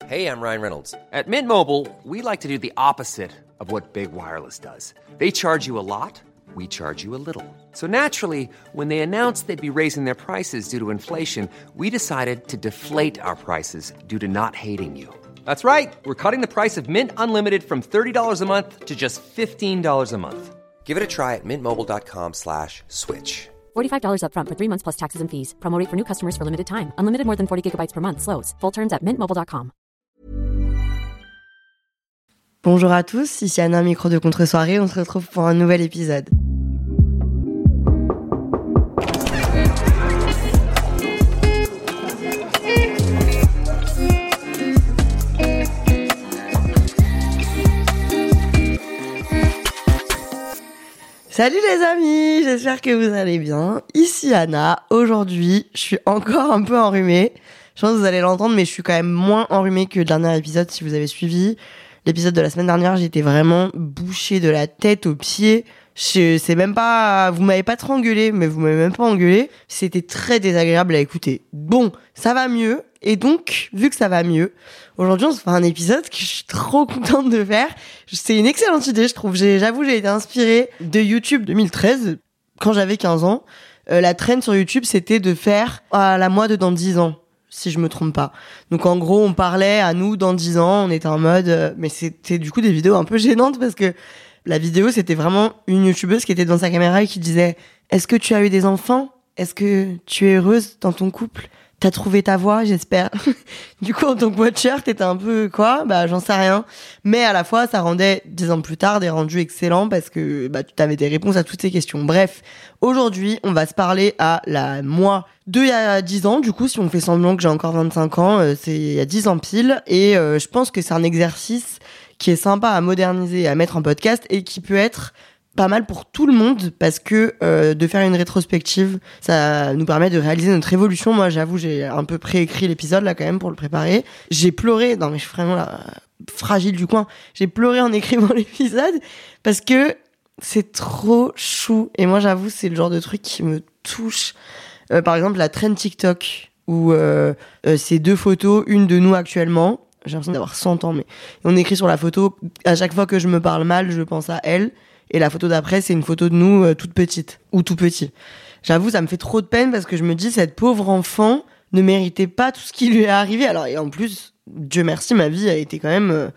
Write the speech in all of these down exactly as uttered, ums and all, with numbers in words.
Hey, I'm Ryan Reynolds. At Mint Mobile, we like to do the opposite of what Big Wireless does. They charge you a lot, we charge you a little. So naturally, when they announced they'd be raising their prices due to inflation, we decided to deflate our prices due to not hating you. That's right. We're cutting the price of Mint Unlimited from thirty dollars a month to just fifteen dollars a month. Give it a try at mintmobile.com slash switch. forty-five dollars up front for three months plus taxes and fees. Promo rate for new customers for limited time. Unlimited more than forty gigabytes per month. Slows full terms at mint mobile dot com. Bonjour à tous, ici Anna, micro de contre-soirée. On se retrouve pour un nouvel épisode. Salut les amis, j'espère que vous allez bien. Ici Anna, aujourd'hui, je suis encore un peu enrhumée. Je pense que vous allez l'entendre, mais je suis quand même moins enrhumée que le dernier épisode si vous avez suivi. L'épisode de la semaine dernière, j'étais vraiment bouchée de la tête aux pieds. Je sais même pas, vous m'avez pas trop engueulé, mais vous m'avez même pas engueulé. C'était très désagréable à écouter. Bon, ça va mieux. Et donc, vu que ça va mieux, aujourd'hui, on se fait un épisode que je suis trop contente de faire. C'est une excellente idée, je trouve. J'ai, j'avoue, j'ai été inspirée de YouTube deux mille treize, quand j'avais quinze ans. Euh, la trend sur YouTube, c'était de faire à la moi de dans dix ans. Si je me trompe pas. Donc en gros, on parlait à nous dans dix ans, on était en mode... Euh, mais c'était du coup des vidéos un peu gênantes parce que la vidéo, c'était vraiment une youtubeuse qui était devant sa caméra et qui disait « Est-ce que tu as eu des enfants ? Est-ce que tu es heureuse dans ton couple ? T'as trouvé ta voie, j'espère. » Du coup, en tant que watcher, t'étais un peu quoi ? Bah, j'en sais rien. Mais à la fois, ça rendait, dix ans plus tard, des rendus excellents parce que bah, tu avais des réponses à toutes ces questions. Bref, aujourd'hui, on va se parler à la moi de il y a dix ans. Du coup, si on fait semblant que j'ai encore vingt-cinq ans, euh, c'est il y a dix ans pile. Et euh, je pense que c'est un exercice qui est sympa à moderniser et à mettre en podcast et qui peut être pas mal pour tout le monde parce que euh, de faire une rétrospective, ça nous permet de réaliser notre évolution. Moi, j'avoue, j'ai un peu préécrit l'épisode là quand même pour le préparer. J'ai pleuré, non mais je suis vraiment la fragile du coin. J'ai pleuré en écrivant l'épisode parce que c'est trop chou. Et moi, j'avoue, c'est le genre de truc qui me touche. Euh, par exemple, la trend TikTok où euh, euh, c'est deux photos, une de nous actuellement. J'ai l'impression d'avoir cent ans, mais on écrit sur la photo. À chaque fois que je me parle mal, je pense à elle. Et la photo d'après, c'est une photo de nous euh, toute petite ou tout petit. J'avoue, ça me fait trop de peine parce que je me dis, cette pauvre enfant ne méritait pas tout ce qui lui est arrivé. Alors, et en plus, Dieu merci, ma vie a été quand même euh,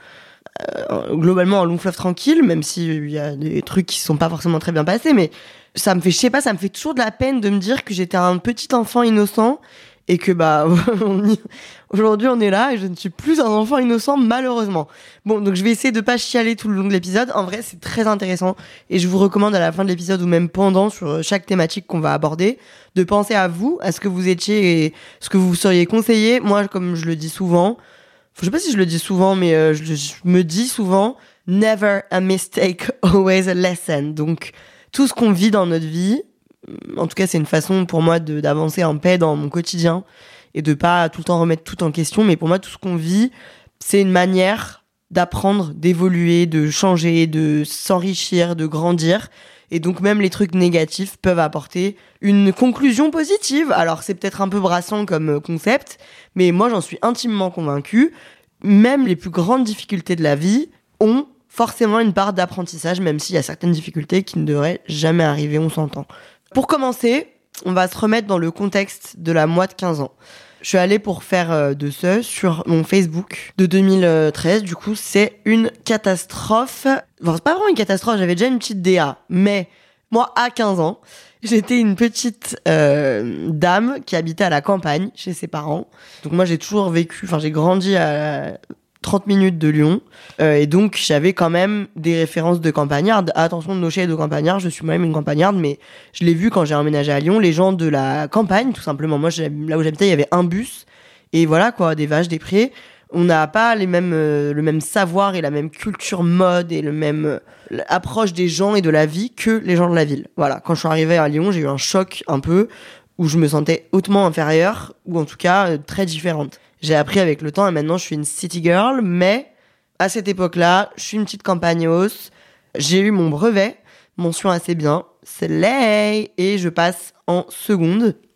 euh, globalement un long fleuve tranquille, même s'il y a des trucs qui sont pas forcément très bien passés. Mais ça me fait, je sais pas, ça me fait toujours de la peine de me dire que j'étais un petit enfant innocent et que bah on y... aujourd'hui on est là et je ne suis plus un enfant innocent malheureusement. Bon, donc je vais essayer de pas chialer tout le long de l'épisode. En vrai, c'est très intéressant et je vous recommande à la fin de l'épisode ou même pendant, sur chaque thématique qu'on va aborder, de penser à vous, à ce que vous étiez et ce que vous seriez conseillé. Moi, comme je le dis souvent, je sais pas si je le dis souvent, mais euh, je, je me dis souvent never a mistake, always a lesson. Donc tout ce qu'on vit dans notre vie, en tout cas, c'est une façon pour moi de, d'avancer en paix dans mon quotidien et de pas tout le temps remettre tout en question. Mais pour moi, tout ce qu'on vit, c'est une manière d'apprendre, d'évoluer, de changer, de s'enrichir, de grandir. Et donc, même les trucs négatifs peuvent apporter une conclusion positive. Alors, c'est peut-être un peu brassant comme concept, mais moi, j'en suis intimement convaincue. Même les plus grandes difficultés de la vie ont forcément une part d'apprentissage, même s'il y a certaines difficultés qui ne devraient jamais arriver, on s'entend. Pour commencer, on va se remettre dans le contexte de la moi de quinze ans. Je suis allée pour faire de ce sur mon Facebook de deux mille treize. Du coup, c'est une catastrophe. Enfin, c'est pas vraiment une catastrophe, j'avais déjà une petite D A. Mais moi, à quinze ans, j'étais une petite euh, dame qui habitait à la campagne, chez ses parents. Donc moi, j'ai toujours vécu... Enfin, j'ai grandi à trente minutes de Lyon. Euh, et donc, j'avais quand même des références de campagnarde. Attention, de nocher de campagnarde, je suis moi-même une campagnarde, mais je l'ai vu quand j'ai emménagé à Lyon. Les gens de la campagne, tout simplement. Moi, là où j'habitais, il y avait un bus. Et voilà, quoi, des vaches, des prés. On n'a pas les mêmes, euh, le même savoir et la même culture mode et le même euh, approche des gens et de la vie que les gens de la ville. Voilà. Quand je suis arrivée à Lyon, j'ai eu un choc un peu où je me sentais hautement inférieure ou en tout cas euh, très différente. J'ai appris avec le temps et maintenant je suis une city girl, mais à cette époque-là, je suis une petite campagnos. J'ai eu mon brevet, mention assez bien, c'est lay, et je passe en seconde.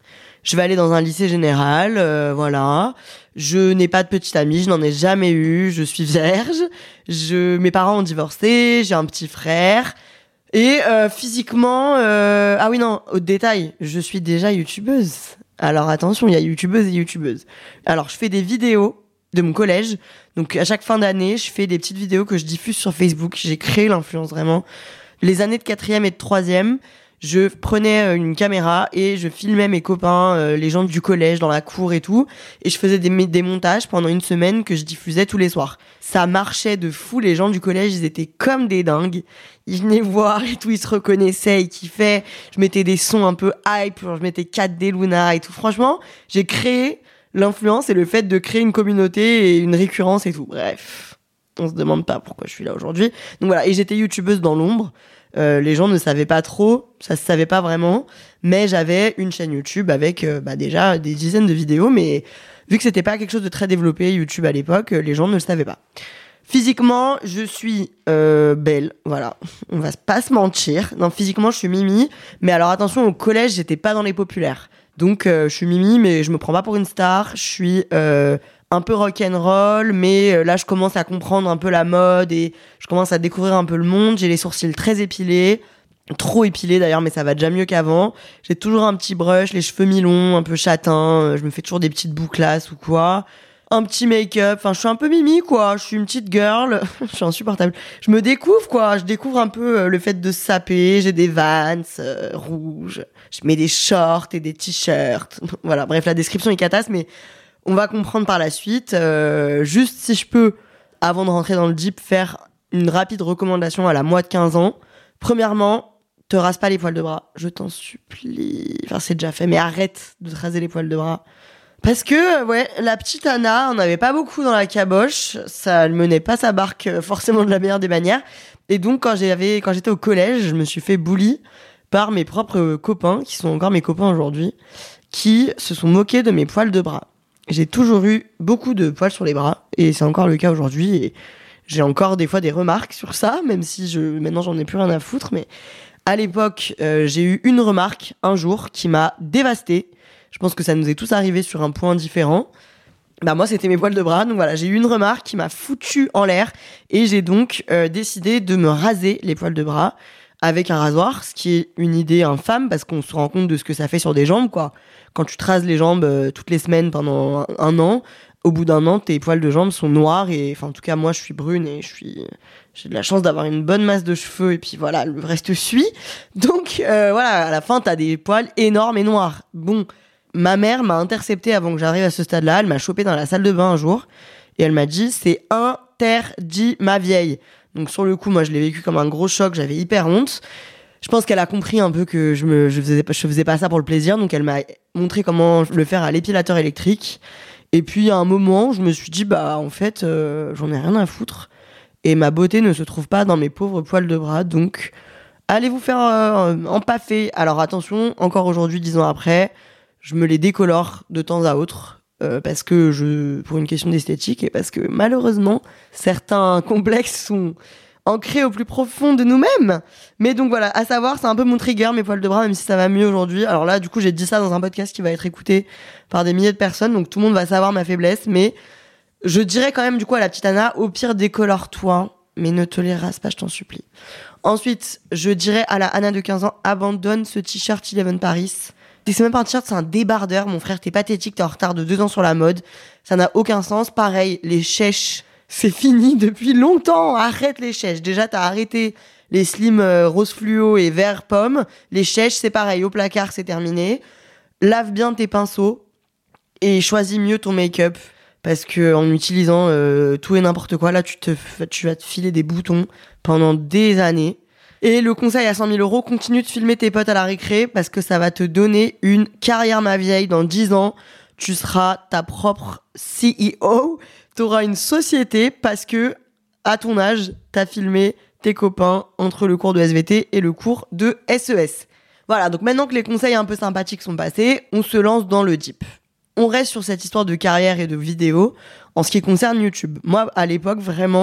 Je vais aller dans un lycée général, euh, voilà. Je n'ai pas de petite amie, je n'en ai jamais eu. Je suis vierge. Je, mes parents ont divorcé. J'ai un petit frère. Et euh, physiquement, euh... ah oui non, au détail, je suis déjà youtubeuse. Alors attention, il y a youtubeuse et youtubeuse. Alors je fais des vidéos de mon collège. Donc à chaque fin d'année, je fais des petites vidéos que je diffuse sur Facebook. J'ai créé l'influence vraiment. Les années de quatrième et de troisième, je prenais une caméra et je filmais mes copains, euh, les gens du collège dans la cour et tout. Et je faisais des, des montages pendant une semaine que je diffusais tous les soirs. Ça marchait de fou. Les gens du collège, ils étaient comme des dingues. Ils venaient voir et tout, ils se reconnaissaient, ils kiffaient. Je mettais des sons un peu hype, genre je mettais quatre D Luna et tout. Franchement, j'ai créé l'influence et le fait de créer une communauté et une récurrence et tout. Bref, on se demande pas pourquoi je suis là aujourd'hui. Donc voilà, et j'étais youtubeuse dans l'ombre. Euh, les gens ne savaient pas trop, ça se savait pas vraiment, mais j'avais une chaîne YouTube avec euh, bah déjà des dizaines de vidéos, mais vu que c'était pas quelque chose de très développé YouTube à l'époque, les gens ne le savaient pas. Physiquement, je suis euh, belle, voilà, on va pas se mentir. Non, physiquement, je suis Mimi, mais alors attention, au collège, j'étais pas dans les populaires. Donc euh, je suis Mimi, mais je me prends pas pour une star, je suis euh, un peu rock'n'roll, mais là je commence à comprendre un peu la mode et je commence à découvrir un peu le monde. J'ai les sourcils très épilés, trop épilés d'ailleurs, mais ça va déjà mieux qu'avant. J'ai toujours un petit brush, les cheveux mi-longs, un peu châtains, je me fais toujours des petites bouclasses ou quoi. Un petit make-up, enfin je suis un peu Mimi quoi, je suis une petite girl, je suis insupportable. Je me découvre quoi, je découvre un peu le fait de se saper, j'ai des Vans euh, rouges, je mets des shorts et des t-shirts. Voilà, bref, la description est catasse, mais on va comprendre par la suite. Euh, juste si je peux, avant de rentrer dans le deep, faire une rapide recommandation à la moi de quinze ans. Premièrement, te rase pas les poils de bras. Je t'en supplie. Enfin, c'est déjà fait, mais arrête de te raser les poils de bras. Parce que, ouais, la petite Anna, on n'avait pas beaucoup dans la caboche. Ça ne menait pas sa barque forcément de la meilleure des manières. Et donc, quand j'avais, quand j'étais au collège, je me suis fait bully par mes propres copains, qui sont encore mes copains aujourd'hui, qui se sont moqués de mes poils de bras. J'ai toujours eu beaucoup de poils sur les bras et c'est encore le cas aujourd'hui et j'ai encore des fois des remarques sur ça, même si je maintenant j'en ai plus rien à foutre, mais à l'époque euh, j'ai eu une remarque un jour qui m'a dévastée. Je pense que ça nous est tous arrivé sur un point différent. Bah moi c'était mes poils de bras, donc voilà, j'ai eu une remarque qui m'a foutu en l'air et j'ai donc euh, décidé de me raser les poils de bras avec un rasoir, ce qui est une idée infâme parce qu'on se rend compte de ce que ça fait sur des jambes, quoi. Quand tu te rases les jambes euh, toutes les semaines pendant un, un an, au bout d'un an, tes poils de jambes sont noirs et, enfin, en tout cas, moi, je suis brune et je suis, j'ai de la chance d'avoir une bonne masse de cheveux et puis voilà, le reste suit. Donc, euh, voilà, à la fin, t'as des poils énormes et noirs. Bon, ma mère m'a intercepté avant que j'arrive à ce stade-là. Elle m'a chopé dans la salle de bain un jour et elle m'a dit, c'est interdit, ma vieille. Donc sur le coup, moi, je l'ai vécu comme un gros choc. J'avais hyper honte. Je pense qu'elle a compris un peu que je me, je faisais, je faisais pas ça pour le plaisir. Donc elle m'a montré comment le faire à l'épilateur électrique. Et puis à un moment, je me suis dit, bah en fait, euh, j'en ai rien à foutre. Et ma beauté ne se trouve pas dans mes pauvres poils de bras. Donc allez vous faire euh, empaffer. Alors attention, encore aujourd'hui, dix ans après, je me les décolore de temps à autre. Euh, parce que je, pour une question d'esthétique et parce que malheureusement certains complexes sont ancrés au plus profond de nous-mêmes. Mais donc voilà, à savoir, c'est un peu mon trigger, mes poils de bras, même si ça va mieux aujourd'hui. Alors là, du coup, j'ai dit ça dans un podcast qui va être écouté par des milliers de personnes, donc tout le monde va savoir ma faiblesse. Mais je dirais quand même du coup à la petite Anna, au pire décolore-toi, mais ne te les rase pas, je t'en supplie. Ensuite, je dirais à la Anna de quinze ans, abandonne ce t-shirt Eleven Paris. C'est même pas un t-shirt, c'est un débardeur. Mon frère, t'es pathétique, t'es en retard de deux ans sur la mode. Ça n'a aucun sens. Pareil, les chèches, c'est fini depuis longtemps. Arrête les chèches. Déjà, t'as arrêté les slim euh, rose fluo et vert pomme. Les chèches, c'est pareil. Au placard, c'est terminé. Lave bien tes pinceaux et choisis mieux ton make-up. Parce que en utilisant euh, tout et n'importe quoi, là, tu, te, tu vas te filer des boutons pendant des années. Et le conseil à cent mille euros, continue de filmer tes potes à la récré parce que ça va te donner une carrière, ma vieille. Dans dix ans, tu seras ta propre C E O. T'auras une société parce que, à ton âge, t'as filmé tes copains entre le cours de S V T et le cours de S E S. Voilà, donc maintenant que les conseils un peu sympathiques sont passés, on se lance dans le deep. On reste sur cette histoire de carrière et de vidéo en ce qui concerne YouTube. Moi, à l'époque, vraiment,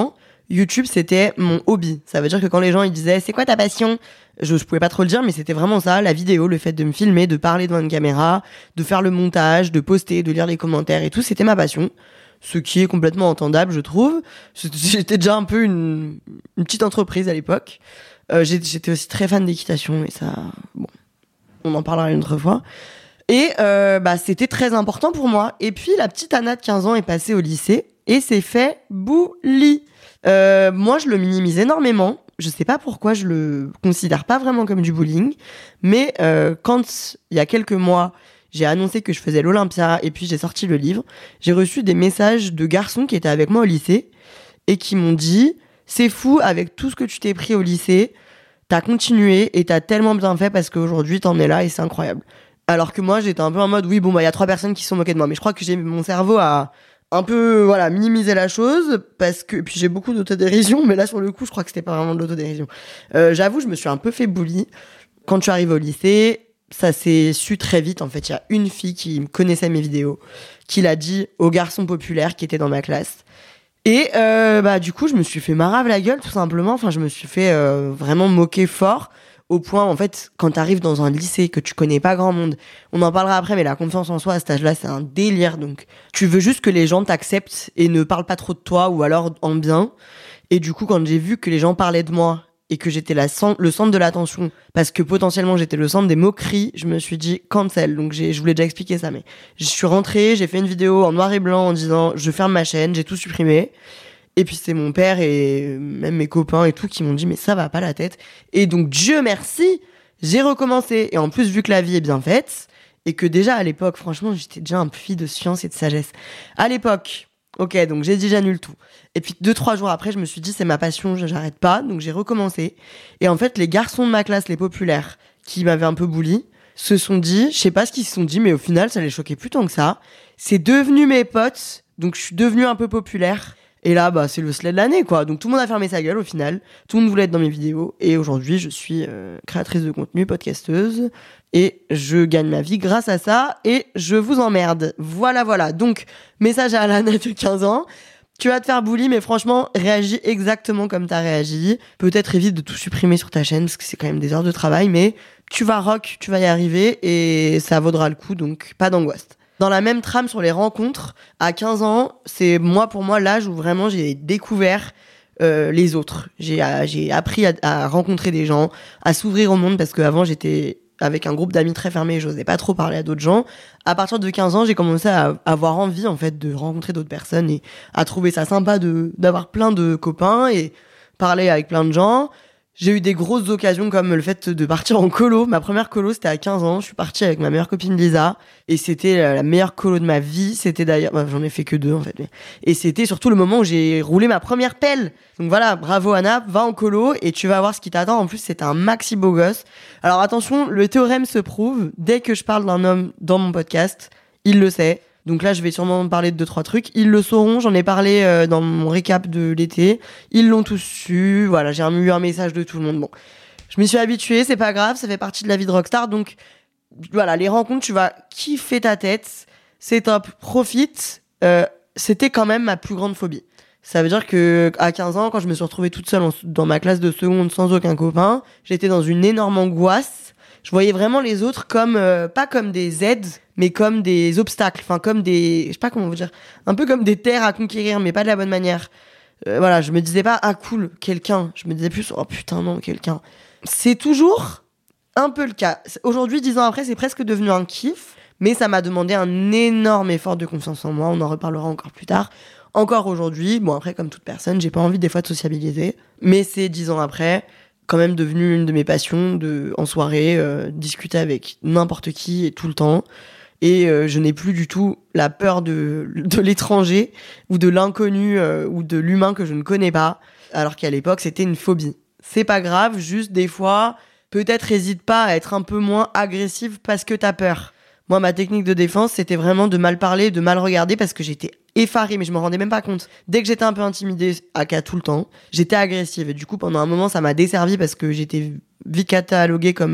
YouTube, c'était mon hobby. Ça veut dire que quand les gens ils disaient c'est quoi ta passion, je, je pouvais pas trop le dire, mais c'était vraiment ça, la vidéo, le fait de me filmer, de parler devant une caméra, de faire le montage, de poster, de lire les commentaires et tout, c'était ma passion. Ce qui est complètement entendable, je trouve. J'étais déjà un peu une, une petite entreprise à l'époque. Euh, j'étais aussi très fan d'équitation et ça, bon, on en parlera une autre fois. Et euh, bah c'était très important pour moi. Et puis la petite Anna de quinze ans est passée au lycée et s'est fait bully. Euh, moi, je le minimise énormément. Je sais pas pourquoi je le considère pas vraiment comme du bullying, mais euh, quand il y a quelques mois, j'ai annoncé que je faisais l'Olympia et puis j'ai sorti le livre, j'ai reçu des messages de garçons qui étaient avec moi au lycée et qui m'ont dit « C'est fou, avec tout ce que tu t'es pris au lycée, t'as continué et t'as tellement bien fait parce qu'aujourd'hui t'en es là et c'est incroyable. » Alors que moi, j'étais un peu en mode « Oui, bon, bah il y a trois personnes qui se sont moquées de moi. » Mais je crois que j'ai mon cerveau à un peu voilà minimiser la chose parce que puis j'ai beaucoup d'autodérision, mais là sur le coup, je crois que c'était pas vraiment de l'autodérision. Euh, j'avoue, je me suis un peu fait bully. Quand je suis arrivée au lycée, ça s'est su très vite. En fait, il y a une fille qui connaissait mes vidéos, qui l'a dit aux garçons populaires qui étaient dans ma classe. Et euh, bah du coup, je me suis fait marave la gueule, tout simplement. Enfin, je me suis fait euh, vraiment moquer fort, au point, en fait, quand t'arrives dans un lycée, que tu connais pas grand monde, on en parlera après, mais la confiance en soi, à cet âge-là, c'est un délire. Donc, tu veux juste que les gens t'acceptent et ne parlent pas trop de toi, ou alors en bien. Et du coup, quand j'ai vu que les gens parlaient de moi, et que j'étais la cent- le centre de l'attention, parce que potentiellement j'étais le centre des moqueries, je me suis dit cancel. Donc j'ai, je voulais déjà expliquer ça, mais je suis rentrée, j'ai fait une vidéo en noir et blanc en disant je ferme ma chaîne, j'ai tout supprimé. Et puis c'est mon père et même mes copains et tout qui m'ont dit mais ça va pas la tête. Et donc Dieu merci, j'ai recommencé. Et en plus vu que la vie est bien faite, et que déjà à l'époque, franchement, j'étais déjà un puits de science et de sagesse. À l'époque, ok, donc j'ai dit j'annule tout. Et puis deux, trois jours après, je me suis dit c'est ma passion, j'arrête pas, donc j'ai recommencé. Et en fait, les garçons de ma classe, les populaires, qui m'avaient un peu bully, se sont dit, je sais pas ce qu'ils se sont dit, mais au final, ça les choquait plus tant que ça. C'est devenu mes potes, donc je suis devenue un peu populaire. Et là, bah, c'est le slay de l'année, quoi. Donc tout le monde a fermé sa gueule au final. Tout le monde voulait être dans mes vidéos. Et aujourd'hui, je suis euh, créatrice de contenu, podcasteuse. Et je gagne ma vie grâce à ça. Et je vous emmerde. Voilà, voilà. Donc, message à Alana de quinze ans. Tu vas te faire bully, mais franchement, réagis exactement comme t'as réagi. Peut-être évite de tout supprimer sur ta chaîne, parce que c'est quand même des heures de travail. Mais tu vas rock, tu vas y arriver. Et ça vaudra le coup, donc pas d'angoisse. Dans la même trame sur les rencontres, à quinze ans, c'est moi pour moi l'âge où vraiment j'ai découvert euh, les autres. J'ai, euh, j'ai appris à, à rencontrer des gens, à s'ouvrir au monde, parce qu'avant j'étais avec un groupe d'amis très fermé et j'osais pas trop parler à d'autres gens. À partir de quinze ans, j'ai commencé à avoir envie en fait de rencontrer d'autres personnes et à trouver ça sympa de d'avoir plein de copains et parler avec plein de gens. J'ai eu des grosses occasions comme le fait de partir en colo. Ma première colo, c'était à quinze ans. Je suis partie avec ma meilleure copine Lisa. Et c'était la meilleure colo de ma vie. C'était d'ailleurs... Bah, j'en ai fait que deux, en fait. Mais... Et c'était surtout le moment où j'ai roulé ma première pelle. Donc voilà, bravo Anna, va en colo et tu vas voir ce qui t'attend. En plus, c'est un maxi beau gosse. Alors attention, le théorème se prouve. Dès que je parle d'un homme dans mon podcast, il le sait. Donc là, je vais sûrement parler de deux, trois trucs. Ils le sauront, j'en ai parlé euh, dans mon récap de l'été. Ils l'ont tous su. Voilà, j'ai eu un message de tout le monde. Bon, je m'y suis habituée, c'est pas grave, ça fait partie de la vie de rockstar. Donc voilà, les rencontres, tu vas kiffer ta tête. C'est top, profite. Euh, c'était quand même ma plus grande phobie. Ça veut dire que à quinze ans, quand je me suis retrouvée toute seule en, dans ma classe de seconde sans aucun copain, j'étais dans une énorme angoisse. Je voyais vraiment les autres comme euh, pas comme des aides, mais comme des obstacles, enfin comme des, je sais pas comment vous dire, un peu comme des terres à conquérir, mais pas de la bonne manière. Euh, voilà, je me disais pas ah cool quelqu'un, je me disais plus oh putain non quelqu'un. C'est toujours un peu le cas. Aujourd'hui, dix ans après, c'est presque devenu un kiff, mais ça m'a demandé un énorme effort de confiance en moi. On en reparlera encore plus tard. Encore aujourd'hui, bon après comme toute personne, j'ai pas envie des fois de sociabiliser, mais c'est dix ans après. Quand même devenu une de mes passions de en soirée euh, discuter avec n'importe qui et tout le temps et euh, je n'ai plus du tout la peur de de l'étranger ou de l'inconnu euh, ou de l'humain que je ne connais pas alors qu'à l'époque c'était une phobie. C'est pas grave, juste des fois peut-être hésite pas à être un peu moins agressive parce que t'as peur. Moi ma technique de défense c'était vraiment de mal parler, de mal regarder parce que j'étais effarée, mais je me rendais même pas compte. Dès que j'étais un peu intimidée, à cas tout le temps, j'étais agressive. Et du coup, pendant un moment, ça m'a desservi parce que j'étais vite cataloguée comme euh,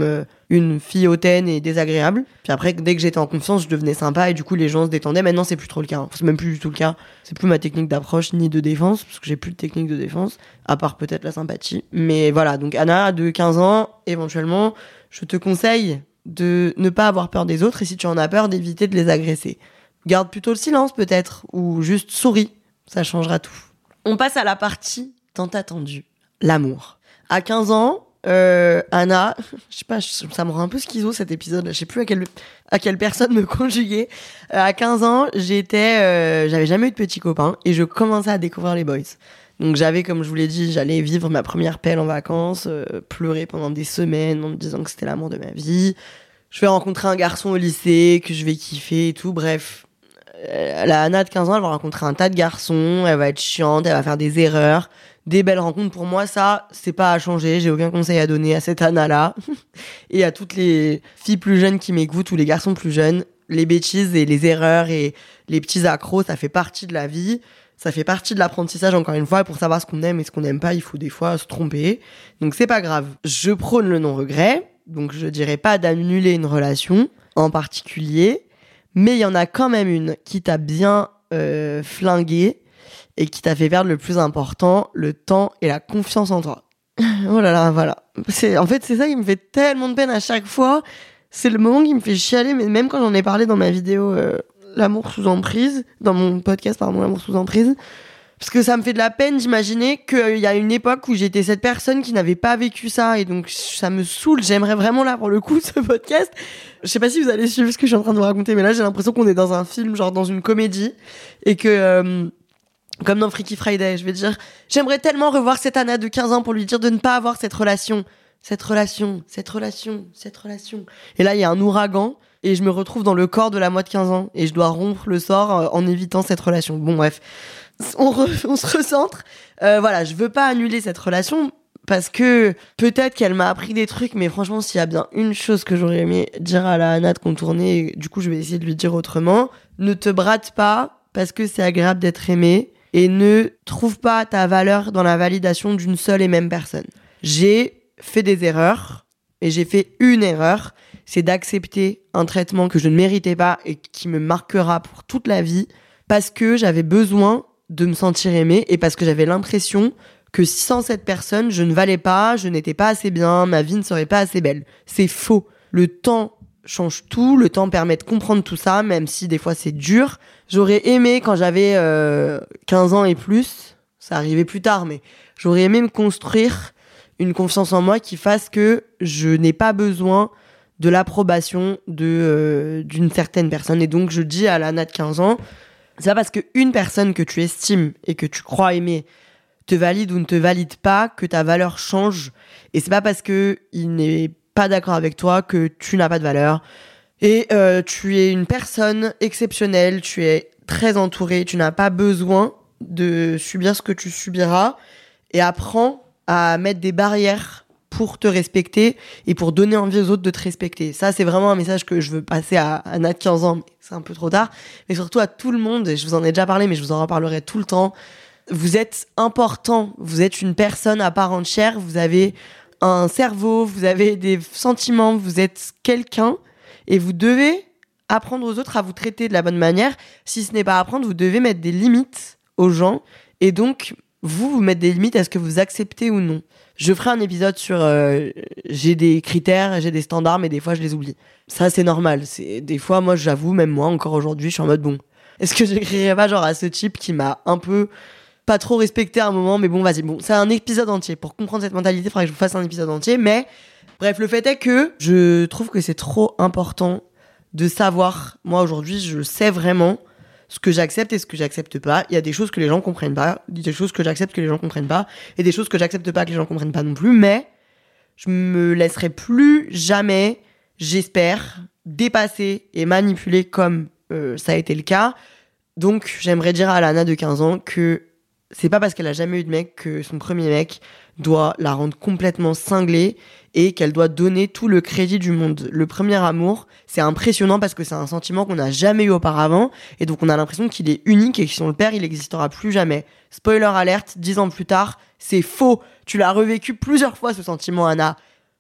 une fille hautaine et désagréable. Puis après, dès que j'étais en confiance, je devenais sympa et du coup, les gens se détendaient. Maintenant, c'est plus trop le cas. Enfin, c'est même plus du tout le cas. C'est plus ma technique d'approche ni de défense, parce que j'ai plus de technique de défense, à part peut-être la sympathie. Mais voilà, donc Anna, de quinze ans, éventuellement, je te conseille de ne pas avoir peur des autres et si tu en as peur, d'éviter de les agresser. Garde plutôt le silence peut-être, ou juste souris, ça changera tout. On passe à la partie tant attendue, l'amour. À quinze ans, euh, Anna, je sais pas, ça me rend un peu schizo cet épisode, je sais plus à quelle, à quelle personne me conjuguer. Euh, à quinze ans, j'étais, euh, j'avais jamais eu de petits copains et je commençais à découvrir les boys. Donc j'avais, comme je vous l'ai dit, j'allais vivre ma première pelle en vacances, euh, pleurer pendant des semaines en me disant que c'était l'amour de ma vie. Je vais rencontrer un garçon au lycée que je vais kiffer et tout, bref. La Anna de quinze ans, elle va rencontrer un tas de garçons, elle va être chiante, elle va faire des erreurs, des belles rencontres. Pour moi, ça, c'est pas à changer. J'ai aucun conseil à donner à cette Anna-là et à toutes les filles plus jeunes qui m'écoutent ou les garçons plus jeunes. Les bêtises et les erreurs et les petits accros, ça fait partie de la vie. Ça fait partie de l'apprentissage, encore une fois. Et pour savoir ce qu'on aime et ce qu'on n'aime pas, il faut des fois se tromper. Donc c'est pas grave. Je prône le non-regret. Donc je dirais pas d'annuler une relation en particulier. Mais il y en a quand même une qui t'a bien euh, flingué et qui t'a fait perdre le plus important, le temps et la confiance en toi. Oh là là, voilà. C'est, en fait, c'est ça qui me fait tellement de peine à chaque fois. C'est le moment qui me fait chialer, mais même quand j'en ai parlé dans ma vidéo euh, L'amour sous emprise, dans mon podcast, pardon, L'amour sous emprise, parce que ça me fait de la peine d'imaginer qu'il y a une époque où j'étais cette personne qui n'avait pas vécu ça, et donc ça me saoule. J'aimerais vraiment, là, pour le coup, ce podcast, je sais pas si vous allez suivre ce que je suis en train de vous raconter, mais là, j'ai l'impression qu'on est dans un film, genre dans une comédie, et que, euh, comme dans Freaky Friday, je vais dire, j'aimerais tellement revoir cette Anna de quinze ans pour lui dire de ne pas avoir cette relation, cette relation, cette relation, cette relation. Et là, il y a un ouragan, et je me retrouve dans le corps de la moi de quinze ans, et je dois rompre le sort en évitant cette relation. Bon, bref. On, re, on se recentre. Euh, voilà, je veux pas annuler cette relation parce que peut-être qu'elle m'a appris des trucs, mais franchement, s'il y a bien une chose que j'aurais aimé dire à la Anna de contourner, du coup, je vais essayer de lui dire autrement. Ne te brade pas parce que c'est agréable d'être aimé et ne trouve pas ta valeur dans la validation d'une seule et même personne. J'ai fait des erreurs et j'ai fait une erreur, c'est d'accepter un traitement que je ne méritais pas et qui me marquera pour toute la vie parce que j'avais besoin de me sentir aimée et parce que j'avais l'impression que sans cette personne, je ne valais pas, je n'étais pas assez bien, ma vie ne serait pas assez belle. C'est faux. Le temps change tout, le temps permet de comprendre tout ça, même si des fois c'est dur. J'aurais aimé, quand j'avais euh, quinze ans et plus, ça arrivait plus tard, mais j'aurais aimé me construire une confiance en moi qui fasse que je n'ai pas besoin de l'approbation de euh, d'une certaine personne. Et donc je dis à l'Anna de quinze ans, c'est pas parce qu'une personne que tu estimes et que tu crois aimer te valide ou ne te valide pas que ta valeur change. Et c'est pas parce que il n'est pas d'accord avec toi que tu n'as pas de valeur. Et euh, tu es une personne exceptionnelle, tu es très entourée, tu n'as pas besoin de subir ce que tu subiras. Et apprends à mettre des barrières pour te respecter et pour donner envie aux autres de te respecter. Ça, c'est vraiment un message que je veux passer à Anna de quinze ans, mais c'est un peu trop tard. Mais surtout à tout le monde, et je vous en ai déjà parlé, mais je vous en reparlerai tout le temps. Vous êtes important, vous êtes une personne à part entière, vous avez un cerveau, vous avez des sentiments, vous êtes quelqu'un, et vous devez apprendre aux autres à vous traiter de la bonne manière. Si ce n'est pas apprendre, vous devez mettre des limites aux gens, et donc vous, vous mettre des limites à ce que vous acceptez ou non. Je ferai un épisode sur euh, j'ai des critères, j'ai des standards, mais des fois je les oublie. Ça, c'est normal. C'est des fois, moi, j'avoue, même moi, encore aujourd'hui, je suis en mode bon. Est-ce que j'écrirais pas genre à ce type qui m'a un peu pas trop respecté à un moment, mais bon, vas-y, bon, c'est un épisode entier. Pour comprendre cette mentalité, il faudrait que je vous fasse un épisode entier. Mais bref, le fait est que je trouve que c'est trop important de savoir. Moi, aujourd'hui, je sais vraiment ce que j'accepte et ce que j'accepte pas. Il y a des choses que les gens comprennent pas, des choses que j'accepte que les gens comprennent pas, et des choses que j'accepte pas que les gens comprennent pas non plus, mais je me laisserai plus jamais, j'espère, dépasser et manipuler comme euh, ça a été le cas. Donc, j'aimerais dire à Lana de quinze ans que c'est pas parce qu'elle a jamais eu de mec que son premier mec doit la rendre complètement cinglée et qu'elle doit donner tout le crédit du monde. Le premier amour, c'est impressionnant parce que c'est un sentiment qu'on n'a jamais eu auparavant et donc on a l'impression qu'il est unique et que si on le perd, il n'existera plus jamais. Spoiler alerte, dix ans plus tard, c'est faux. Tu l'as revécu plusieurs fois ce sentiment, Anna.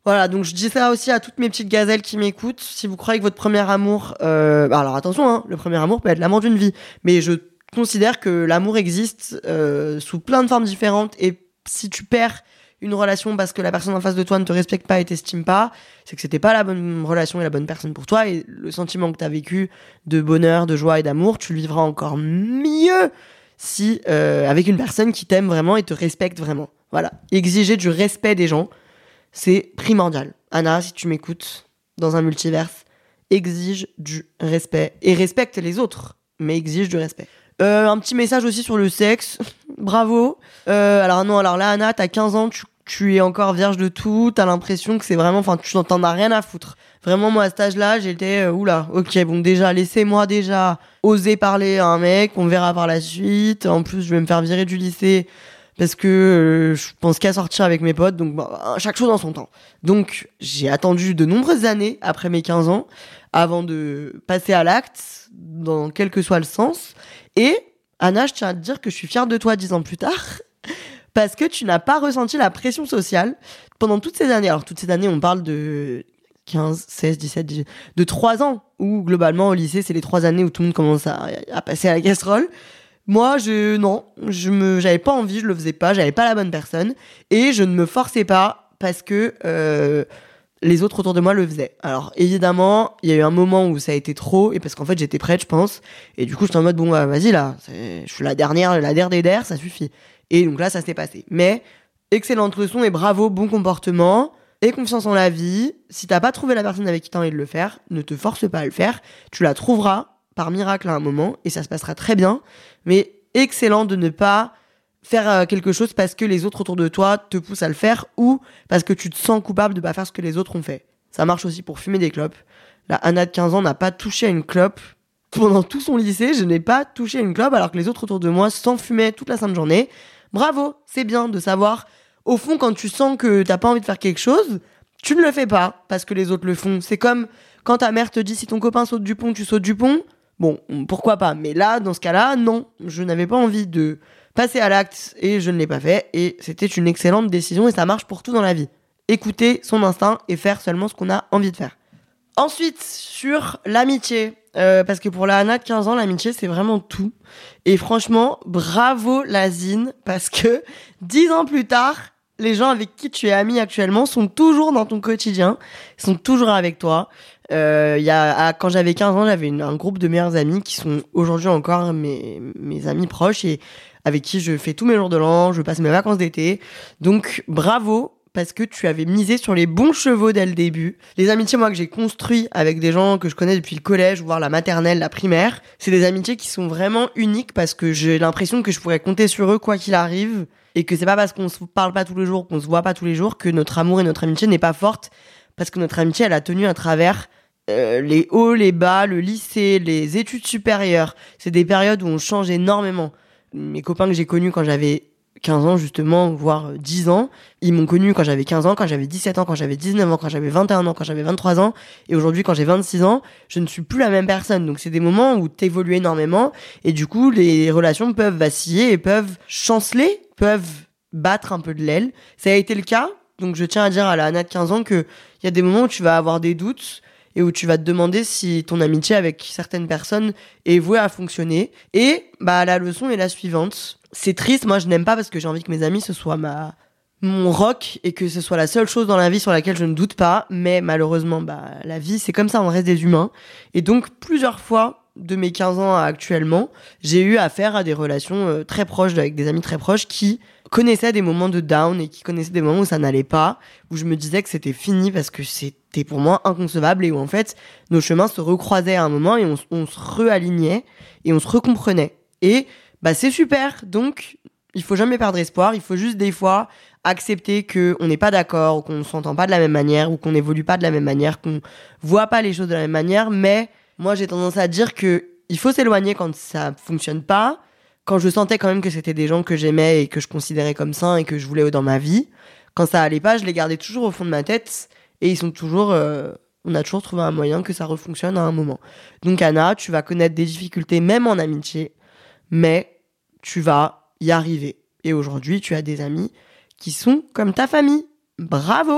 Voilà, donc je dis ça aussi à toutes mes petites gazelles qui m'écoutent. Si vous croyez que votre premier amour... Euh, bah alors attention, hein, le premier amour peut être l'amour d'une vie. Mais je considère que l'amour existe euh, sous plein de formes différentes. Et si tu perds une relation parce que la personne en face de toi ne te respecte pas et t'estime pas, c'est que c'était pas la bonne relation et la bonne personne pour toi. Et le sentiment que t'as vécu de bonheur, de joie et d'amour, tu le vivras encore mieux si euh, avec une personne qui t'aime vraiment et te respecte vraiment. Voilà, exiger du respect des gens, c'est primordial. Anna, si tu m'écoutes dans un multiverse, exige du respect. Et respecte les autres, mais exige du respect. Euh, un petit message aussi sur le sexe. Bravo. Euh, alors non, alors là, Anna, t'as quinze ans, tu, tu es encore vierge de tout. T'as l'impression que c'est vraiment... Enfin, tu t'en as rien à foutre. Vraiment, moi, à cet âge-là, j'étais... Euh, oula, ok, bon, déjà, laissez-moi déjà oser parler à un mec. On verra par la suite. En plus, je vais me faire virer du lycée... Parce que euh, je pense qu'à sortir avec mes potes, donc bah, chaque chose en son temps. Donc j'ai attendu de nombreuses années après mes quinze ans avant de passer à l'acte, dans quel que soit le sens. Et Anna, je tiens à te dire que je suis fière de toi dix ans plus tard, parce que tu n'as pas ressenti la pression sociale pendant toutes ces années. Alors toutes ces années, on parle de quinze, seize, dix-sept, dix-huit, de trois ans, où globalement au lycée, c'est les trois années où tout le monde commence à, à passer à la casserole. Moi, je, non, je me, j'avais pas envie, je le faisais pas, j'avais pas la bonne personne, et je ne me forçais pas parce que, euh, les autres autour de moi le faisaient. Alors, évidemment, il y a eu un moment où ça a été trop, et parce qu'en fait, j'étais prête, je pense, et du coup, j'étais en mode, bon, bah, vas-y, là, c'est, je suis la dernière, la der des der, ça suffit. Et donc là, ça s'est passé. Mais, excellente leçon, et bravo, bon comportement, et confiance en la vie. Si t'as pas trouvé la personne avec qui t'as envie de le faire, ne te force pas à le faire, tu la trouveras par miracle à un moment, et ça se passera très bien. Mais excellent de ne pas faire quelque chose parce que les autres autour de toi te poussent à le faire ou parce que tu te sens coupable de pas faire ce que les autres ont fait. Ça marche aussi pour fumer des clopes. La Anna de quinze ans n'a pas touché à une clope pendant tout son lycée. Je n'ai pas touché à une clope alors que les autres autour de moi s'en fumaient toute la sainte journée. Bravo, c'est bien de savoir. Au fond, quand tu sens que t'as pas envie de faire quelque chose, tu ne le fais pas parce que les autres le font. C'est comme quand ta mère te dit si ton copain saute du pont, tu sautes du pont. Bon, pourquoi pas, mais là, dans ce cas-là, non, je n'avais pas envie de passer à l'acte et je ne l'ai pas fait et c'était une excellente décision et ça marche pour tout dans la vie. Écouter son instinct et faire seulement ce qu'on a envie de faire. Ensuite, sur l'amitié, euh, parce que pour la Anna de quinze ans, l'amitié, c'est vraiment tout. Et franchement, bravo la Zine, parce que dix ans plus tard, les gens avec qui tu es ami actuellement sont toujours dans ton quotidien, sont toujours avec toi. Euh, y a, à, quand j'avais quinze ans, j'avais une, un groupe de meilleurs amis qui sont aujourd'hui encore mes, mes amis proches et avec qui je fais tous mes jours de l'an, je passe mes vacances d'été. Donc bravo, parce que tu avais misé sur les bons chevaux dès le début. Les amitiés, moi, que j'ai construites avec des gens que je connais depuis le collège, voire la maternelle, la primaire, c'est des amitiés qui sont vraiment uniques parce que j'ai l'impression que je pourrais compter sur eux quoi qu'il arrive et que c'est pas parce qu'on se parle pas tous les jours, qu'on se voit pas tous les jours que notre amour et notre amitié n'est pas forte parce que notre amitié, elle a tenu à travers Euh, les hauts, les bas, le lycée, les études supérieures. C'est des périodes où on change énormément. Mes copains que j'ai connus quand j'avais quinze ans, justement, voire dix ans, ils m'ont connu quand j'avais quinze ans, quand j'avais dix-sept ans, quand j'avais dix-neuf ans, quand j'avais vingt et un ans, quand j'avais vingt-trois ans. Et aujourd'hui, quand j'ai vingt-six ans, je ne suis plus la même personne. Donc c'est des moments où t'évolues énormément. Et du coup, les relations peuvent vaciller et peuvent chanceler, peuvent battre un peu de l'aile. Ça a été le cas. Donc je tiens à dire à la Anna de quinze ans qu'il y a des moments où tu vas avoir des doutes et où tu vas te demander si ton amitié avec certaines personnes est vouée à fonctionner. Et bah la leçon est la suivante. C'est triste, moi je n'aime pas parce que j'ai envie que mes amis ce soit ma mon rock et que ce soit la seule chose dans la vie sur laquelle je ne doute pas, mais malheureusement bah la vie c'est comme ça, on reste des humains. Et donc plusieurs fois de mes quinze ans à actuellement, j'ai eu affaire à des relations euh, très proches avec des amis très proches qui connaissaient des moments de down et qui connaissaient des moments où ça n'allait pas, où je me disais que c'était fini parce que c'était pour moi inconcevable et où en fait nos chemins se recroisaient à un moment et on, on se réalignait et on se recomprenait. Et bah c'est super, donc il faut jamais perdre espoir, il faut juste des fois accepter que on n'est pas d'accord ou qu'on s'entend pas de la même manière ou qu'on n'évolue pas de la même manière, qu'on voit pas les choses de la même manière, mais moi j'ai tendance à dire que il faut s'éloigner quand ça fonctionne pas. Quand je sentais quand même que c'était des gens que j'aimais et que je considérais comme sains et que je voulais dans ma vie, quand ça allait pas, je les gardais toujours au fond de ma tête et ils sont toujours, euh, on a toujours trouvé un moyen que ça refonctionne à un moment. Donc Anna, tu vas connaître des difficultés même en amitié, mais tu vas y arriver. Et aujourd'hui, tu as des amis qui sont comme ta famille. Bravo!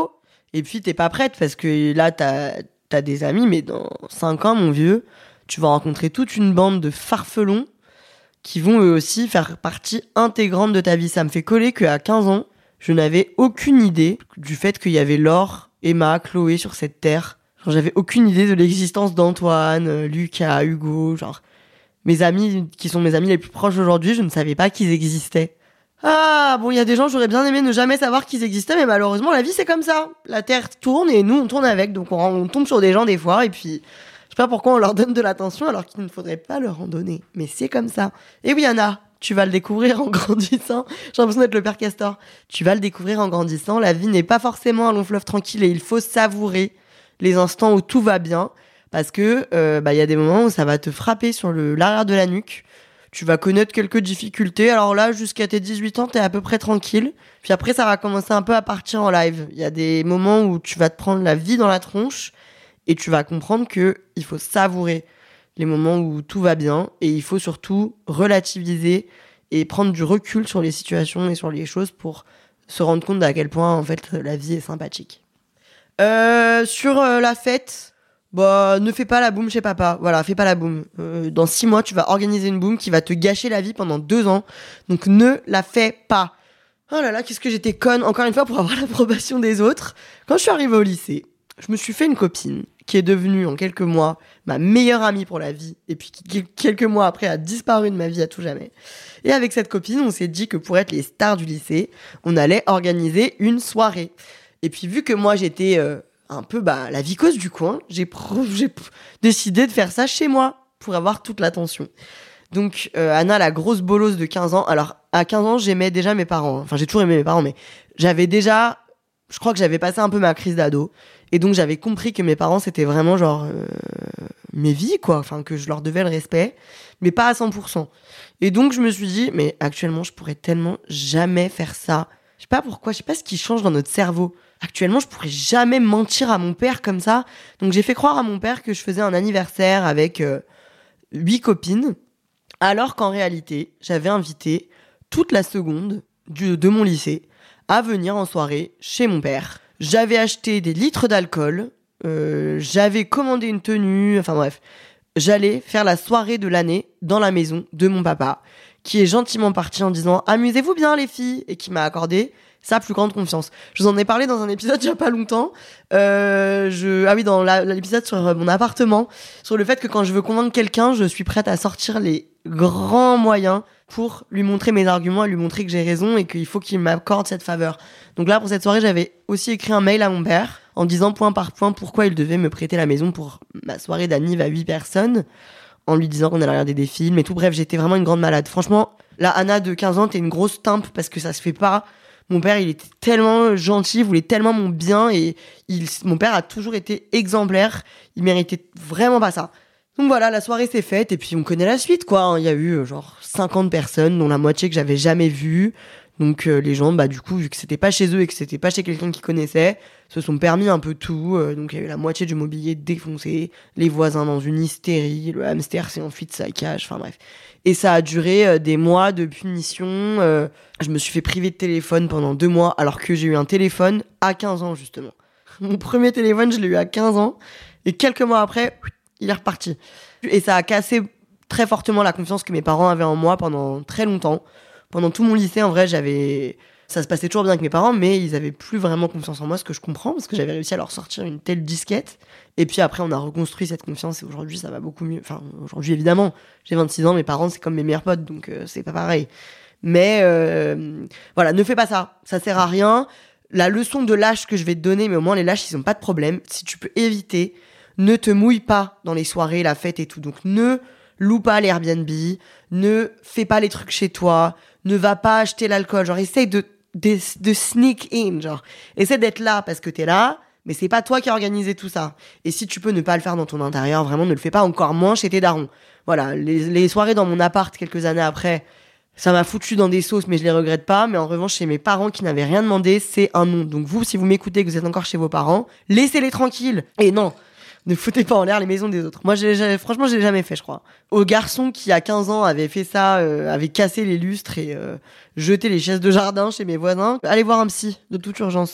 Et puis, t'es pas prête parce que là, t'as, t'as des amis, mais dans cinq ans, mon vieux, tu vas rencontrer toute une bande de farfelons qui vont eux aussi faire partie intégrante de ta vie. Ça me fait coller qu'à quinze ans, je n'avais aucune idée du fait qu'il y avait Laure, Emma, Chloé sur cette terre. Genre, j'avais aucune idée de l'existence d'Antoine, Lucas, Hugo, genre... Mes amis, qui sont mes amis les plus proches aujourd'hui, je ne savais pas qu'ils existaient. Ah, bon, il y a des gens, j'aurais bien aimé ne jamais savoir qu'ils existaient, mais malheureusement, la vie, c'est comme ça. La Terre tourne et nous, on tourne avec. Donc, on, on tombe sur des gens des fois, et puis, je sais pas pourquoi on leur donne de l'attention alors qu'il ne faudrait pas leur en donner. Mais c'est comme ça. Et oui, Anna, tu vas le découvrir en grandissant. J'ai l'impression d'être le père Castor. Tu vas le découvrir en grandissant. La vie n'est pas forcément un long fleuve tranquille et il faut savourer les instants où tout va bien. Parce que euh, bah, y a des moments où ça va te frapper sur le l'arrière de la nuque. Tu vas connaître quelques difficultés. Alors là, jusqu'à tes dix-huit ans, t'es à peu près tranquille. Puis après, ça va commencer un peu à partir en live. Il y a des moments où tu vas te prendre la vie dans la tronche et tu vas comprendre que il faut savourer les moments où tout va bien et il faut surtout relativiser et prendre du recul sur les situations et sur les choses pour se rendre compte d'à quel point en fait la vie est sympathique. Euh, sur euh, la fête... Bah, ne fais pas la boum chez papa. Voilà, fais pas la boum. Euh, dans six mois, tu vas organiser une boum qui va te gâcher la vie pendant deux ans. Donc, ne la fais pas. Oh là là, qu'est-ce que j'étais conne, encore une fois, pour avoir l'approbation des autres. Quand je suis arrivée au lycée, je me suis fait une copine qui est devenue, en quelques mois, ma meilleure amie pour la vie. Et puis, qui, quelques mois après, a disparu de ma vie à tout jamais. Et avec cette copine, on s'est dit que pour être les stars du lycée, on allait organiser une soirée. Et puis, vu que moi, j'étais... Euh, un peu bah la vicose du coin, j'ai, pro- j'ai p- décidé de faire ça chez moi pour avoir toute l'attention. Donc euh, Anna, la grosse bolosse de quinze ans. Alors à quinze ans, j'aimais déjà mes parents. Enfin, j'ai toujours aimé mes parents, mais j'avais déjà, je crois que j'avais passé un peu ma crise d'ado, et donc j'avais compris que mes parents c'était vraiment genre euh, mes vies quoi. Enfin que je leur devais le respect, mais pas à cent pour cent. Et donc je me suis dit, mais actuellement, je pourrais tellement jamais faire ça. Je sais pas pourquoi, je sais pas ce qui change dans notre cerveau. Actuellement, je pourrais jamais mentir à mon père comme ça. Donc, j'ai fait croire à mon père que je faisais un anniversaire avec euh, huit copines, alors qu'en réalité, j'avais invité toute la seconde du, de mon lycée à venir en soirée chez mon père. J'avais acheté des litres d'alcool, euh, j'avais commandé une tenue, enfin bref. J'allais faire la soirée de l'année dans la maison de mon papa, qui est gentiment parti en disant « Amusez-vous bien les filles !» et qui m'a accordé sa plus grande confiance. Je vous en ai parlé dans un épisode il y a pas longtemps. Euh, je... Ah oui, dans la, l'épisode sur mon appartement, sur le fait que quand je veux convaincre quelqu'un, je suis prête à sortir les grands moyens pour lui montrer mes arguments et lui montrer que j'ai raison et qu'il faut qu'il m'accorde cette faveur. Donc là, pour cette soirée, j'avais aussi écrit un mail à mon père en disant point par point pourquoi il devait me prêter la maison pour ma soirée d'anniv à huit personnes, en lui disant qu'on allait regarder des films et tout. Bref, j'étais vraiment une grande malade. Franchement, là, Anna de quinze ans, t'es une grosse timpe parce que ça se fait pas. Mon père, il était tellement gentil, il voulait tellement mon bien et il, mon père a toujours été exemplaire. Il méritait vraiment pas ça. Donc voilà, la soirée s'est faite et puis on connaît la suite, quoi. Il y a eu genre cinquante personnes, dont la moitié que j'avais jamais vues. Donc euh, les gens, bah du coup, vu que c'était pas chez eux et que c'était pas chez quelqu'un qu'ils connaissaient, se sont permis un peu tout. Euh, donc il y a eu la moitié du mobilier défoncé, les voisins dans une hystérie, le hamster s'est enfui de sa cage, enfin bref. Et ça a duré euh, des mois de punition. Euh, je me suis fait priver de téléphone pendant deux mois alors que j'ai eu un téléphone à quinze ans justement. Mon premier téléphone, je l'ai eu à quinze ans et quelques mois après, il est reparti. Et ça a cassé très fortement la confiance que mes parents avaient en moi pendant très longtemps. Pendant tout mon lycée, en vrai, j'avais... Ça se passait toujours bien avec mes parents, mais ils avaient plus vraiment confiance en moi, ce que je comprends, parce que j'avais réussi à leur sortir une telle disquette. Et puis après, on a reconstruit cette confiance, et aujourd'hui, ça va beaucoup mieux. Enfin, aujourd'hui, évidemment, j'ai vingt-six ans, mes parents, c'est comme mes meilleurs potes, donc euh, c'est pas pareil. Mais euh, voilà, ne fais pas ça, ça sert à rien. La leçon de lâche que je vais te donner, mais au moins les lâches, ils ont pas de problème. Si tu peux éviter, ne te mouille pas dans les soirées, la fête et tout. Donc ne loue pas les Airbnb, ne fais pas les trucs chez toi, ne va pas acheter l'alcool. Genre, essaye de, de, de sneak in, genre. Essaie d'être là parce que t'es là, mais c'est pas toi qui as organisé tout ça. Et si tu peux ne pas le faire dans ton intérieur, vraiment, ne le fais pas, encore moins chez tes darons. Voilà, les, les soirées dans mon appart, quelques années après, ça m'a foutu dans des sauces, mais je les regrette pas. Mais en revanche, chez mes parents qui n'avaient rien demandé, c'est un non. Donc vous, si vous m'écoutez, que vous êtes encore chez vos parents, laissez-les tranquilles. Et non, ne foutez pas en l'air les maisons des autres. Moi, j'ai, j'ai, franchement, je l'ai jamais fait, je crois. Au garçon qui, à quinze ans, avait fait ça, euh, avait cassé les lustres et euh, jeté les chaises de jardin chez mes voisins, allez voir un psy, de toute urgence.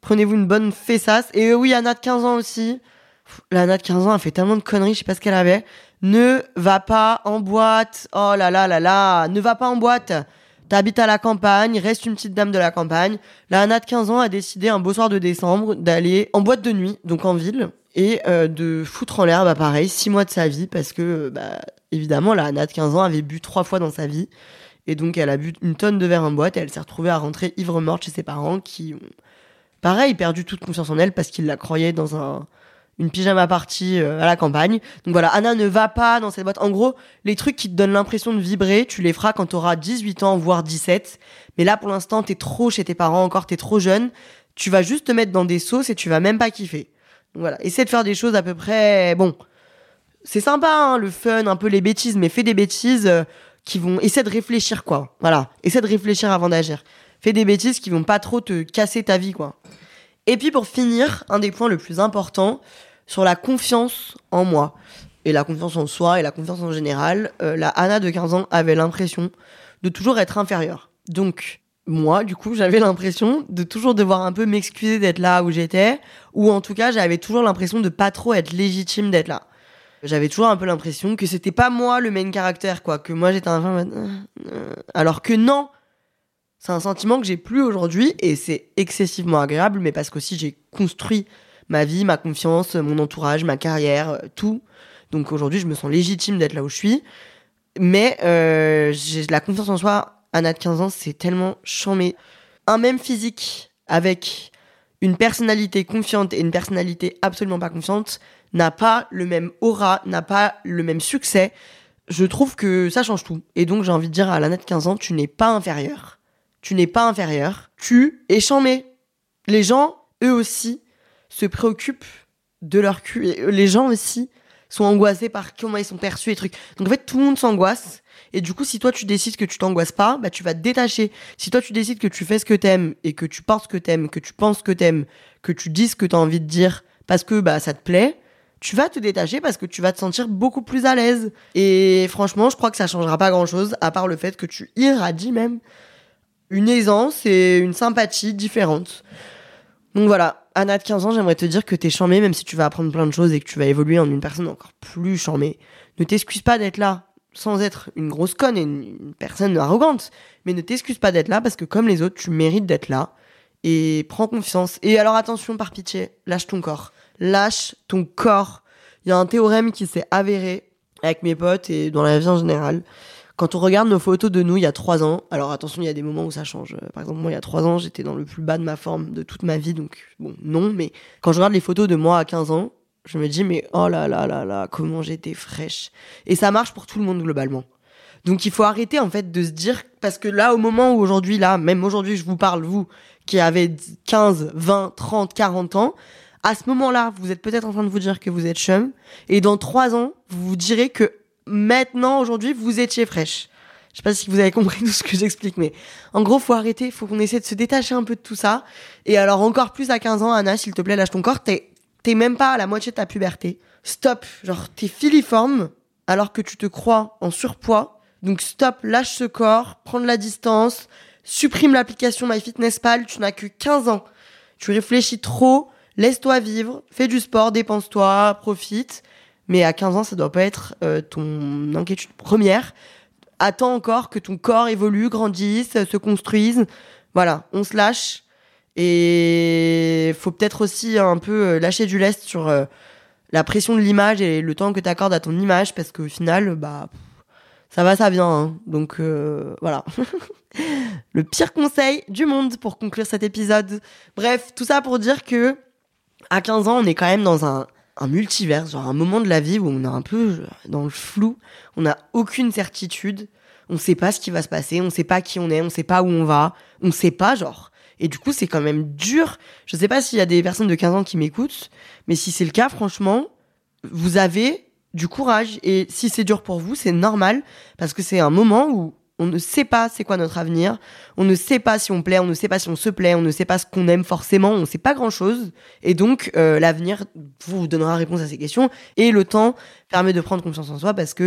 Prenez-vous une bonne fessasse. Et oui, Anna de quinze ans aussi. La Anna de quinze ans, elle fait tellement de conneries, je sais pas ce qu'elle avait. Ne va pas en boîte. Oh là là là là. Ne va pas en boîte. T'habites à la campagne, reste une petite dame de la campagne. La Anna de quinze ans a décidé un beau soir de décembre d'aller en boîte de nuit, donc en ville, et euh, de foutre en l'air, bah pareil, six mois de sa vie, parce que, bah, évidemment, la Anna de quinze ans avait bu trois fois dans sa vie, et donc elle a bu une tonne de verre en boîte, et elle s'est retrouvée à rentrer ivre-morte chez ses parents, qui ont, pareil, perdu toute confiance en elle, parce qu'ils la croyaient dans un... une pyjama party euh, à la campagne. Donc voilà, Anna ne va pas dans cette boîte. En gros, les trucs qui te donnent l'impression de vibrer, tu les feras quand t'auras dix-huit ans, voire dix-sept. Mais là, pour l'instant, t'es trop chez tes parents, encore t'es trop jeune. Tu vas juste te mettre dans des sauces et tu vas même pas kiffer. Donc voilà, essaie de faire des choses à peu près... Bon, c'est sympa, hein, le fun, un peu les bêtises, mais fais des bêtises euh, qui vont... Essaie de réfléchir, quoi. Voilà, essaie de réfléchir avant d'agir. Fais des bêtises qui vont pas trop te casser ta vie, quoi. Et puis pour finir, un des points le plus importants, sur la confiance en moi, et la confiance en soi, et la confiance en général, euh, la Anna de quinze ans avait l'impression de toujours être inférieure. Donc, moi, du coup, j'avais l'impression de toujours devoir un peu m'excuser d'être là où j'étais, ou en tout cas, j'avais toujours l'impression de pas trop être légitime d'être là. J'avais toujours un peu l'impression que c'était pas moi le main caractère, quoi, que moi j'étais un... Alors que non, c'est un sentiment que j'ai plus aujourd'hui, et c'est excessivement agréable, mais parce qu'aussi j'ai construit ma vie, ma confiance, mon entourage, ma carrière, tout. Donc aujourd'hui, je me sens légitime d'être là où je suis. Mais euh, j'ai la confiance en soi. Anna de quinze ans, c'est tellement chambé. Un même physique avec une personnalité confiante et une personnalité absolument pas confiante n'a pas le même aura, n'a pas le même succès. Je trouve que ça change tout. Et donc j'ai envie de dire à l'Anna de quinze ans, tu n'es pas inférieur. Tu n'es pas inférieur. Tu es chambé. Les gens, eux aussi, se préoccupent de leur cul. Et les gens aussi sont angoissés par comment ils sont perçus et trucs. Donc en fait, tout le monde s'angoisse. Et du coup, si toi, tu décides que tu t'angoisses pas, bah tu vas te détacher. Si toi, tu décides que tu fais ce que t'aimes et que tu penses ce que t'aimes, que tu penses ce que t'aimes, que tu dis ce que t'as envie de dire parce que bah ça te plaît, tu vas te détacher parce que tu vas te sentir beaucoup plus à l'aise. Et franchement, je crois que ça changera pas grand-chose à part le fait que tu irradies même une aisance et une sympathie différentes. Donc voilà, Anna de quinze ans, j'aimerais te dire que t'es charmée, même si tu vas apprendre plein de choses et que tu vas évoluer en une personne encore plus charmée. Ne t'excuse pas d'être là, sans être une grosse conne et une, une personne arrogante. Mais ne t'excuse pas d'être là, parce que comme les autres, tu mérites d'être là. Et prends confiance. Et alors attention, par pitié, lâche ton corps. Lâche ton corps. Il y a un théorème qui s'est avéré avec mes potes et dans la vie en général. Quand on regarde nos photos de nous il y a trois ans, alors attention, il y a des moments où ça change. Par exemple, moi, il y a trois ans, j'étais dans le plus bas de ma forme de toute ma vie, donc bon, non, mais quand je regarde les photos de moi à quinze ans, je me dis, mais oh là là là là, comment j'étais fraîche. Et ça marche pour tout le monde, globalement. Donc il faut arrêter, en fait, de se dire, parce que là, au moment où aujourd'hui, là, même aujourd'hui, je vous parle, vous, qui avez quinze, vingt, trente, quarante ans, à ce moment-là, vous êtes peut-être en train de vous dire que vous êtes chum, et dans trois ans, vous vous direz que maintenant, aujourd'hui, vous étiez fraîche. Je sais pas si vous avez compris tout ce que j'explique, mais en gros, faut arrêter, faut qu'on essaie de se détacher un peu de tout ça. Et alors, encore plus à quinze ans, Anna, s'il te plaît, lâche ton corps, t'es, t'es même pas à la moitié de ta puberté. Stop. Genre, t'es filiforme, alors que tu te crois en surpoids. Donc, stop, lâche ce corps, prends de la distance, supprime l'application MyFitnessPal, tu n'as que quinze ans. Tu réfléchis trop, laisse-toi vivre, fais du sport, dépense-toi, profite. Mais à quinze ans, ça doit pas être euh, ton inquiétude première. Attends encore que ton corps évolue, grandisse, se construise. Voilà, on se lâche. Et faut peut-être aussi un peu lâcher du lest sur euh, la pression de l'image et le temps que t'accordes à ton image, parce qu'au final, bah, ça va, ça vient. Hein. Donc euh, voilà. Le pire conseil du monde pour conclure cet épisode. Bref, tout ça pour dire que à quinze ans, on est quand même dans un un multivers, genre un moment de la vie où on est un peu dans le flou, on n'a aucune certitude, on sait pas ce qui va se passer, on sait pas qui on est, on sait pas où on va, on sait pas, genre. Et du coup, c'est quand même dur. Je sais pas s'il y a des personnes de quinze ans qui m'écoutent, mais si c'est le cas, franchement, vous avez du courage. Et si c'est dur pour vous, c'est normal, parce que c'est un moment où on ne sait pas c'est quoi notre avenir, on ne sait pas si on plaît, on ne sait pas si on se plaît, on ne sait pas ce qu'on aime forcément, on ne sait pas grand-chose. Et donc, euh, l'avenir vous donnera réponse à ces questions. Et le temps permet de prendre confiance en soi, parce que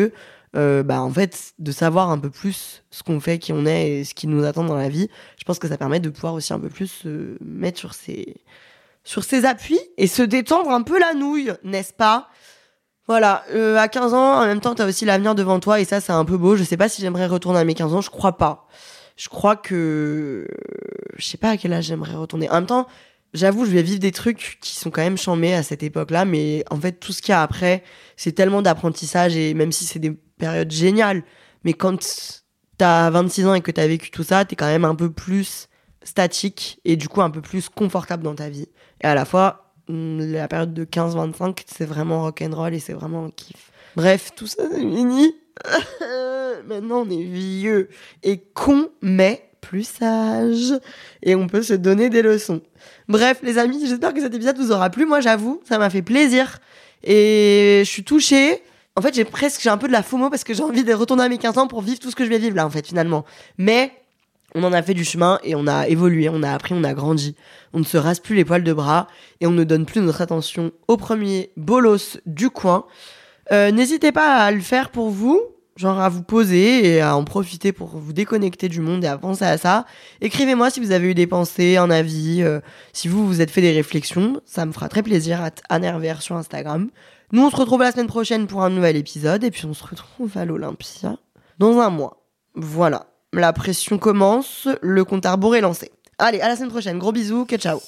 euh, bah en fait de savoir un peu plus ce qu'on fait, qui on est et ce qui nous attend dans la vie, je pense que ça permet de pouvoir aussi un peu plus se mettre sur ses sur ses appuis et se détendre un peu la nouille, n'est-ce pas? Voilà, euh, à quinze ans, en même temps, t'as aussi l'avenir devant toi et ça, c'est un peu beau. Je sais pas si j'aimerais retourner à mes quinze ans, je crois pas. Je crois que... Je sais pas à quel âge j'aimerais retourner. En même temps, j'avoue, je vais vivre des trucs qui sont quand même chambés à cette époque-là, mais en fait, tout ce qu'il y a après, c'est tellement d'apprentissage et même si c'est des périodes géniales, mais quand t'as vingt-six ans et que t'as vécu tout ça, t'es quand même un peu plus statique et du coup un peu plus confortable dans ta vie. Et à la fois... la période de quinze vingt-cinq, c'est vraiment rock'n'roll et c'est vraiment un kiff. Bref, tout ça c'est fini. Maintenant on est vieux et con, mais plus sage. Et on peut se donner des leçons. Bref, les amis, j'espère que cet épisode vous aura plu. Moi, j'avoue, ça m'a fait plaisir. Et je suis touchée. En fait, j'ai presque, j'ai un peu de la FOMO parce que j'ai envie de retourner à mes quinze ans pour vivre tout ce que je vais vivre là, en fait, finalement. Mais... on en a fait du chemin et on a évolué, on a appris, on a grandi. On ne se rase plus les poils de bras et on ne donne plus notre attention au premier bolos du coin. Euh, n'hésitez pas à le faire pour vous, genre à vous poser et à en profiter pour vous déconnecter du monde et à penser à ça. Écrivez-moi si vous avez eu des pensées, un avis, euh, si vous vous êtes fait des réflexions. Ça me fera très plaisir à Annerver sur Instagram. Nous, on se retrouve la semaine prochaine pour un nouvel épisode et puis on se retrouve à l'Olympia dans un mois. Voilà. La pression commence, le compte à rebours est lancé. Allez, à la semaine prochaine. Gros bisous, que ciao.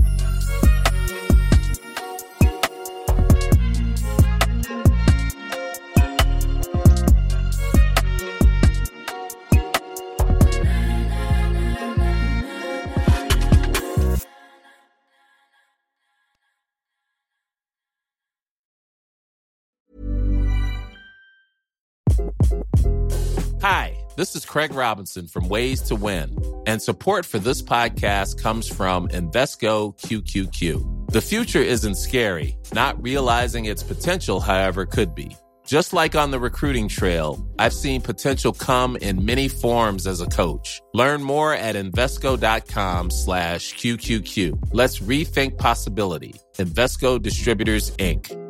Hi, this is Craig Robinson from Ways to Win, and support for this podcast comes from Invesco Q Q Q. The future isn't scary. Not realizing its potential, however, could be. Just like on the recruiting trail, I've seen potential come in many forms as a coach. Learn more at Invesco.com slash QQQ. Let's rethink possibility. Invesco Distributors, Incorporated.